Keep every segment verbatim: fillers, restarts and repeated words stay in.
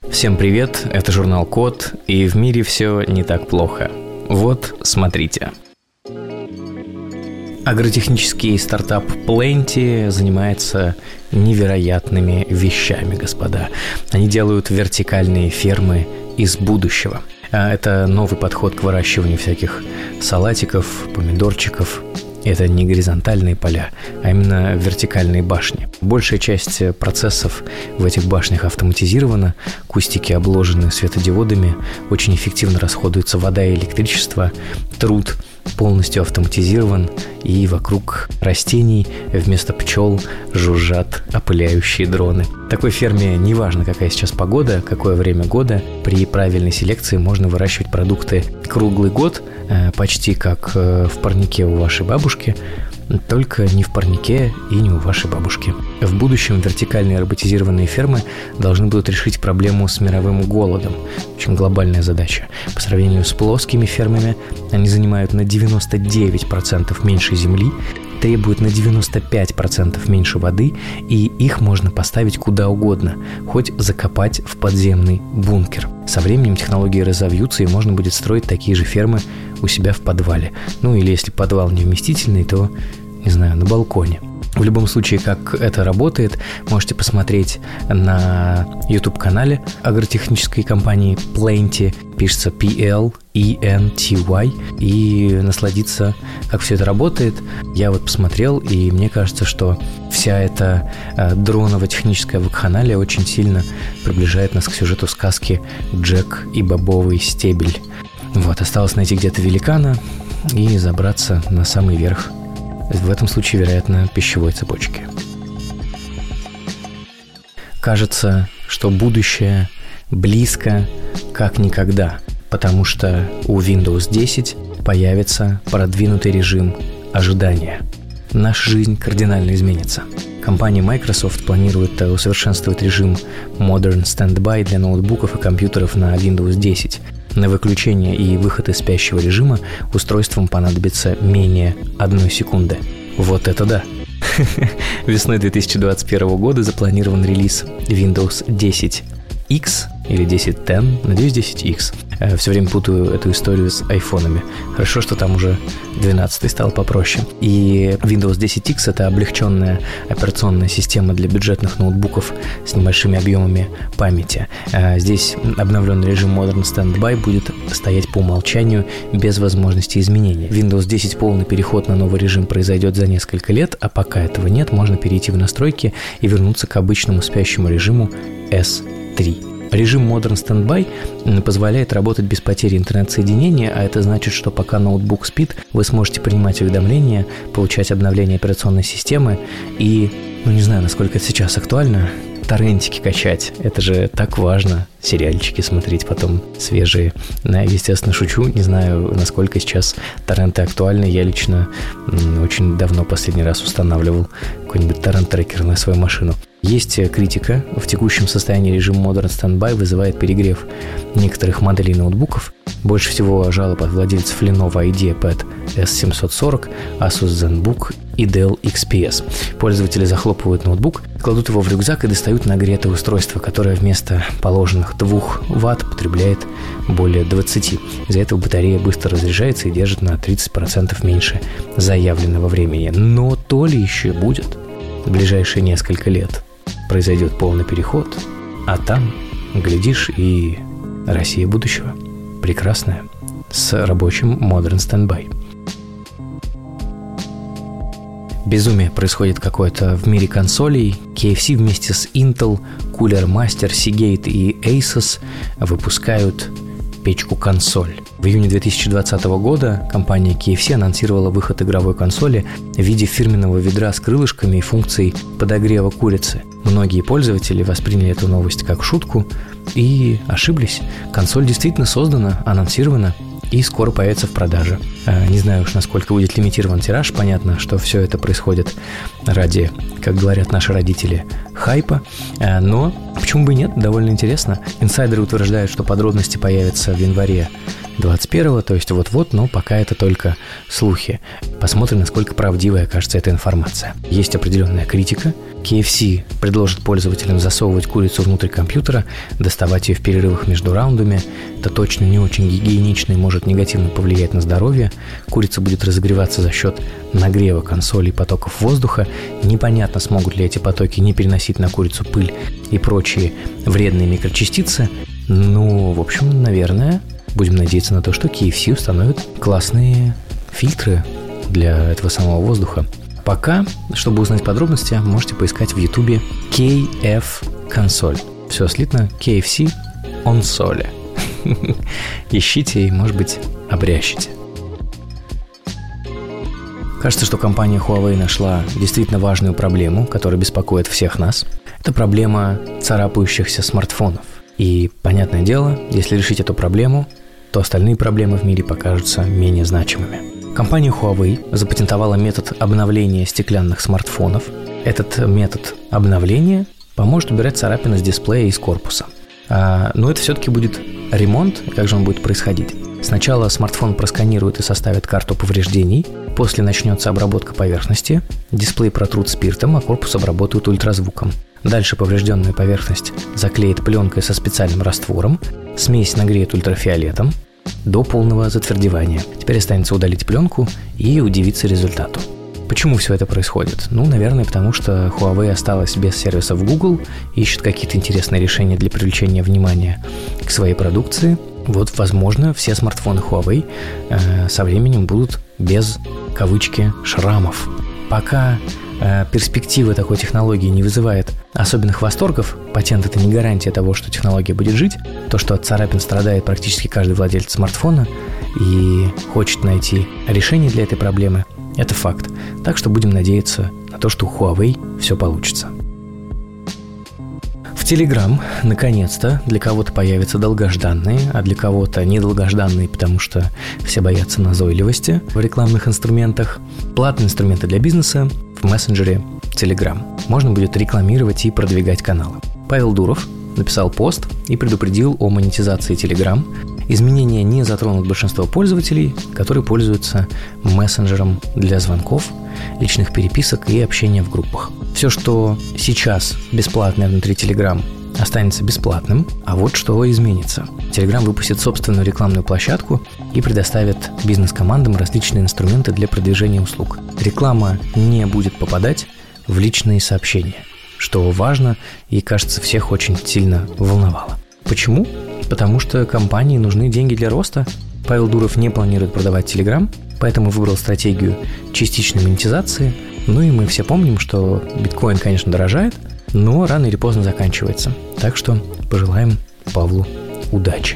Всем привет, это журнал Код, и в мире все не так плохо. Вот, смотрите. Агротехнический стартап Plenty занимается невероятными вещами, господа. Они делают вертикальные фермы из будущего. Это новый подход к выращиванию всяких салатиков, помидорчиков. Это не горизонтальные поля, а именно вертикальные башни. Большая часть процессов в этих башнях автоматизирована, кустики обложены светодиодами, очень эффективно расходуется вода и электричество, труд полностью автоматизирован, и вокруг растений вместо пчел жужжат опыляющие дроны. В такой ферме неважно, какая сейчас погода, какое время года, при правильной селекции можно выращивать продукты круглый год, почти как в парнике у вашей бабушки, только не в парнике и не у вашей бабушки. В будущем вертикальные роботизированные фермы должны будут решить проблему с мировым голодом. Очень глобальная задача. По сравнению с плоскими фермами, они занимают на девяносто девять процентов меньше земли, требуют на девяносто пять процентов меньше воды, и их можно поставить куда угодно, хоть закопать в подземный бункер. Со временем технологии разовьются, и можно будет строить такие же фермы у себя в подвале. Ну или если подвал невместительный, то, не знаю, на балконе. В любом случае, как это работает, можете посмотреть на YouTube-канале агротехнической компании Plenty, пишется пи эл и эн ти уай, и насладиться, как все это работает. Я вот посмотрел, и мне кажется, что вся эта э, дроново-техническая вакханалия очень сильно приближает нас к сюжету сказки «Джек и бобовый стебель». Вот, осталось найти где-то великана и забраться на самый верх. В этом случае, вероятно, пищевой цепочки. Кажется, что будущее близко как никогда, потому что у Windows десять появится продвинутый режим ожидания. Наша жизнь кардинально изменится. Компания Microsoft планирует усовершенствовать режим Modern Standby для ноутбуков и компьютеров на Windows десять. На выключение и выход из спящего режима устройствам понадобится менее одной секунды. Вот это да! Весной две тысячи двадцать первого года запланирован релиз Windows десять икс или десять десять, надеюсь, десять икс. Все время путаю эту историю с айфонами. Хорошо, что там уже двенадцатый стал попроще. И Windows десять икс — это облегченная операционная система для бюджетных ноутбуков с небольшими объемами памяти. Здесь обновленный режим Modern Standby будет стоять по умолчанию без возможности изменения. Windows десять полный переход на новый режим произойдет за несколько лет, а пока этого нет, можно перейти в настройки и вернуться к обычному спящему режиму эс три. Режим Modern Standby позволяет работать без потери интернет-соединения, а это значит, что пока ноутбук спит, вы сможете принимать уведомления, получать обновления операционной системы и, ну не знаю, насколько это сейчас актуально, торрентики качать. Это же так важно. Сериальчики смотреть потом свежие. Я, естественно, шучу. Не знаю, насколько сейчас торренты актуальны. Я лично очень давно последний раз устанавливал какой-нибудь торрент-трекер на свою машину. Есть критика. В текущем состоянии режим Modern Standby вызывает перегрев некоторых моделей ноутбуков. Больше всего жалоб от владельцев Lenovo IdeaPad эс семьсот сорок, Asus ZenBook и Dell икс пи эс. Пользователи захлопывают ноутбук, кладут его в рюкзак и достают нагретое устройство, которое вместо положенных двух ватт потребляет более двадцати. Из-за этого батарея быстро разряжается и держит на тридцать процентов меньше заявленного времени. Но то ли еще будет. В ближайшие несколько лет произойдет полный переход, а там, глядишь, и Россия будущего. Прекрасная, с рабочим Modern Standby. Безумие происходит какое-то в мире консолей. кей эф си вместе с Intel, Cooler Master, Seagate и Asus выпускают печку-консоль. В июне две тысячи двадцатого года компания кей эф си анонсировала выход игровой консоли в виде фирменного ведра с крылышками и функцией подогрева курицы. Многие пользователи восприняли эту новость как шутку и ошиблись. Консоль действительно создана, анонсирована и скоро появится в продаже. Не знаю уж, насколько будет лимитирован тираж. Понятно, что все это происходит ради, как говорят наши родители, хайпа. Но почему бы и нет, довольно интересно. Инсайдеры утверждают, что подробности появятся в январе двадцать первого, то есть вот-вот, но пока это только слухи. Посмотрим, насколько правдивой окажется эта информация. Есть определенная критика. кей эф си предложит пользователям засовывать курицу внутрь компьютера, доставать ее в перерывах между раундами. Это точно не очень гигиенично и может негативно повлиять на здоровье. Курица будет разогреваться за счет нагрева консоли и потоков воздуха. Непонятно, смогут ли эти потоки не переносить на курицу пыль и прочие вредные микрочастицы. Ну, в общем, наверное, будем надеяться на то, что кей эф си установит классные фильтры для этого самого воздуха. Пока, чтобы узнать подробности, можете поискать в Ютубе кей эф консоль. Все слитно, кей эф си онсоле. Ищите и, может быть, обрящите. Кажется, что компания Huawei нашла действительно важную проблему, которая беспокоит всех нас. Это проблема царапающихся смартфонов. И, понятное дело, если решить эту проблему, то остальные проблемы в мире покажутся менее значимыми. Компания Huawei запатентовала метод обновления стеклянных смартфонов. Этот метод обновления поможет убирать царапины с дисплея и с корпуса. А, но это все-таки будет ремонт, и как же он будет происходить? Сначала смартфон просканирует и составит карту повреждений, после начнется обработка поверхности, дисплей протрут спиртом, а корпус обработают ультразвуком. Дальше поврежденную поверхность заклеит пленкой со специальным раствором, смесь нагреет ультрафиолетом до полного затвердевания. Теперь останется удалить пленку и удивиться результату. Почему все это происходит? Ну, наверное, потому что Huawei осталась без сервисов Google, ищет какие-то интересные решения для привлечения внимания к своей продукции. Вот, возможно, все смартфоны Huawei э, со временем будут без, кавычки, шрамов. Пока э, перспектива такой технологии не вызывает особенных восторгов, патент – это не гарантия того, что технология будет жить. То, что от царапин страдает практически каждый владелец смартфона и хочет найти решение для этой проблемы – это факт. Так что будем надеяться на то, что у Huawei все получится. В Telegram, наконец-то, для кого-то появятся долгожданные, а для кого-то недолгожданные, потому что все боятся назойливости в рекламных инструментах. Платные инструменты для бизнеса в мессенджере Telegram. Можно будет рекламировать и продвигать каналы. Павел Дуров написал пост и предупредил о монетизации Telegram. Изменения не затронут большинство пользователей, которые пользуются мессенджером для звонков, личных переписок и общения в группах. Все, что сейчас бесплатное внутри Telegram, останется бесплатным, а вот что изменится. Telegram выпустит собственную рекламную площадку и предоставит бизнес-командам различные инструменты для продвижения услуг. Реклама не будет попадать в личные сообщения, что важно и, кажется, всех очень сильно волновало. Почему? Потому что компании нужны деньги для роста. Павел Дуров не планирует продавать Telegram, поэтому выбрал стратегию частичной монетизации. Ну и мы все помним, что биткоин, конечно, дорожает, но рано или поздно заканчивается. Так что пожелаем Павлу удачи.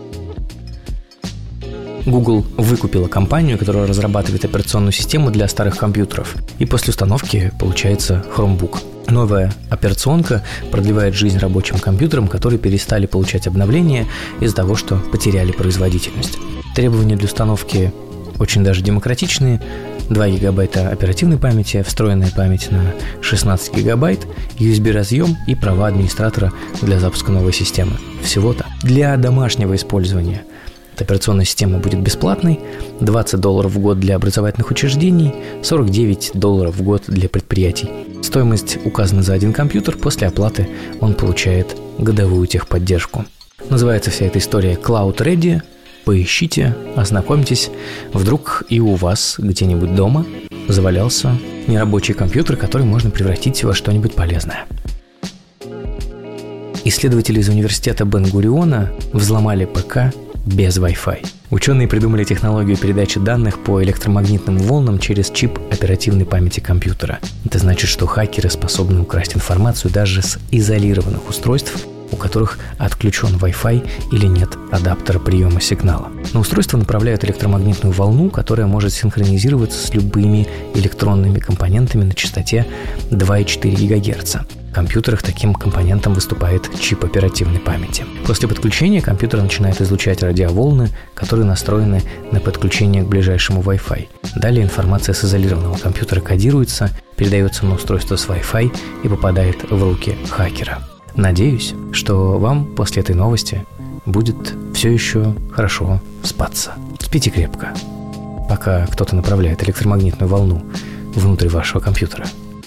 Google выкупила компанию, которая разрабатывает операционную систему для старых компьютеров. И после установки получается Chromebook. Новая операционка продлевает жизнь рабочим компьютерам, которые перестали получать обновления из-за того, что потеряли производительность. Требования для установки очень даже демократичные. два гигабайта оперативной памяти, встроенная память на шестнадцать гигабайт, ю эс би-разъем и права администратора для запуска новой системы. Всего-то. Для домашнего использования эта операционная система будет бесплатной, двадцать долларов в год для образовательных учреждений, сорок девять долларов в год для предприятий. Стоимость указана за один компьютер, после оплаты он получает годовую техподдержку. Называется вся эта история Cloud Ready. Поищите, ознакомьтесь, вдруг и у вас где-нибудь дома завалялся нерабочий компьютер, который можно превратить во что-нибудь полезное. Исследователи из университета Бен-Гуриона взломали ПК без Wi-Fi. Ученые придумали технологию передачи данных по электромагнитным волнам через чип оперативной памяти компьютера. Это значит, что хакеры способны украсть информацию даже с изолированных устройств, у которых отключен Wi-Fi или нет адаптера приема сигнала. На устройство направляют электромагнитную волну, которая может синхронизироваться с любыми электронными компонентами на частоте два и четыре гигагерца. В компьютерах таким компонентом выступает чип оперативной памяти. После подключения компьютер начинает излучать радиоволны, которые настроены на подключение к ближайшему Wi-Fi. Далее информация с изолированного компьютера кодируется, передается на устройство с Wi-Fi и попадает в руки хакера. Надеюсь, что вам после этой новости будет все еще хорошо спаться. Спите крепко, пока кто-то направляет электромагнитную волну внутрь вашего компьютера.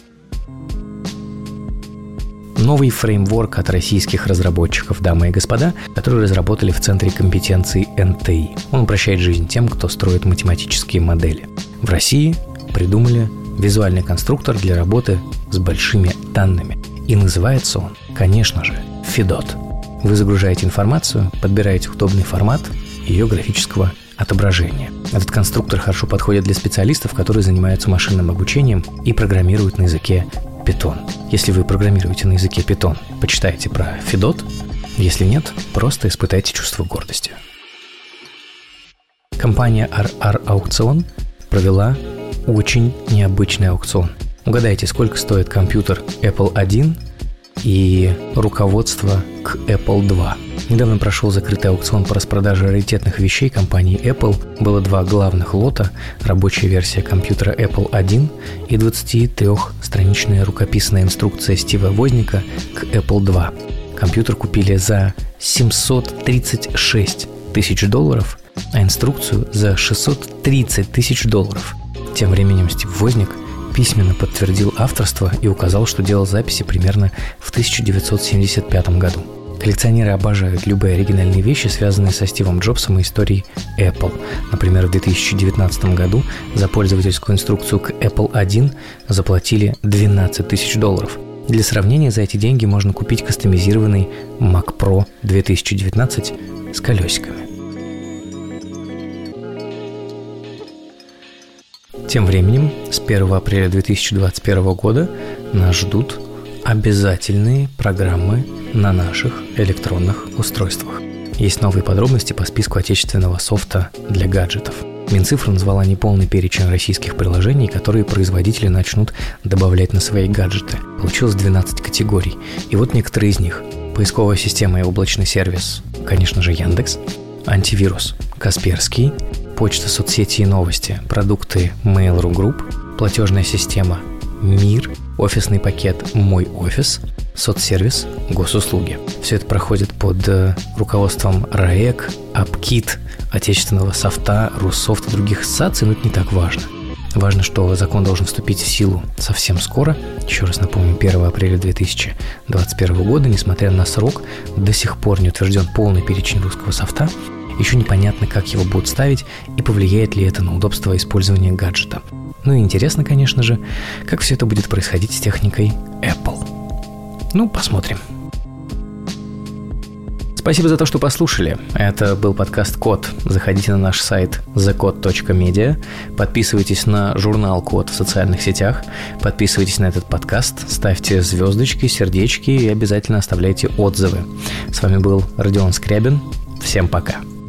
Новый фреймворк от российских разработчиков, дамы и господа, которые разработали в Центре компетенций эн тэ и. Он упрощает жизнь тем, кто строит математические модели. В России придумали визуальный конструктор для работы с большими данными. И называется он, конечно же, Федот. Вы загружаете информацию, подбираете удобный формат ее графического отображения. Этот конструктор хорошо подходит для специалистов, которые занимаются машинным обучением и программируют на языке Python. Если вы программируете на языке Python, почитайте про Федот. Если нет, просто испытайте чувство гордости. Компания ар ар Аукцион провела очень необычный аукцион. Угадайте, сколько стоит компьютер Apple один и руководство к Apple два. Недавно прошел закрытый аукцион по распродаже раритетных вещей компании Apple. Было два главных лота: рабочая версия компьютера Apple один и двадцатитрёхстраничная рукописная инструкция Стива Возника к Apple два. Компьютер купили за семьсот тридцать шесть тысяч долларов, а инструкцию за шестьсот тридцать тысяч долларов. Тем временем Стив Возник письменно подтвердил авторство и указал, что делал записи примерно в тысяча девятьсот семьдесят пятом году. Коллекционеры обожают любые оригинальные вещи, связанные со Стивом Джобсом и историей Apple. Например, в две тысячи девятнадцатом году за пользовательскую инструкцию к Apple один заплатили двенадцать тысяч долларов. Для сравнения, за эти деньги можно купить кастомизированный Mac Pro две тысячи девятнадцать с колесиками. Тем временем, с первого апреля две тысячи двадцать первого года нас ждут обязательные программы на наших электронных устройствах. Есть новые подробности по списку отечественного софта для гаджетов. Минцифра назвала неполный перечень российских приложений, которые производители начнут добавлять на свои гаджеты. Получилось двенадцать категорий. И вот некоторые из них. Поисковая система и облачный сервис, конечно же, Яндекс. Антивирус Касперский. Почта, соцсети и новости, продукты Mail.ru Group, платежная система Мир, офисный пакет Мой офис, соцсервис Госуслуги. Все это проходит под э, руководством РАЭК, Апкит, отечественного софта, Руссофт и других ассоциаций, но это не так важно. Важно, что закон должен вступить в силу совсем скоро. Еще раз напомню, первого апреля две тысячи двадцать первого года, несмотря на срок, до сих пор не утвержден полный перечень русского софта. Еще непонятно, как его будут ставить и повлияет ли это на удобство использования гаджета. Ну и интересно, конечно же, как все это будет происходить с техникой Apple. Ну, посмотрим. Спасибо за то, что послушали. Это был подкаст Код. Заходите на наш сайт the code точка media, подписывайтесь на журнал Код в социальных сетях, подписывайтесь на этот подкаст, ставьте звездочки, сердечки и обязательно оставляйте отзывы. С вами был Родион Скрябин. Всем пока.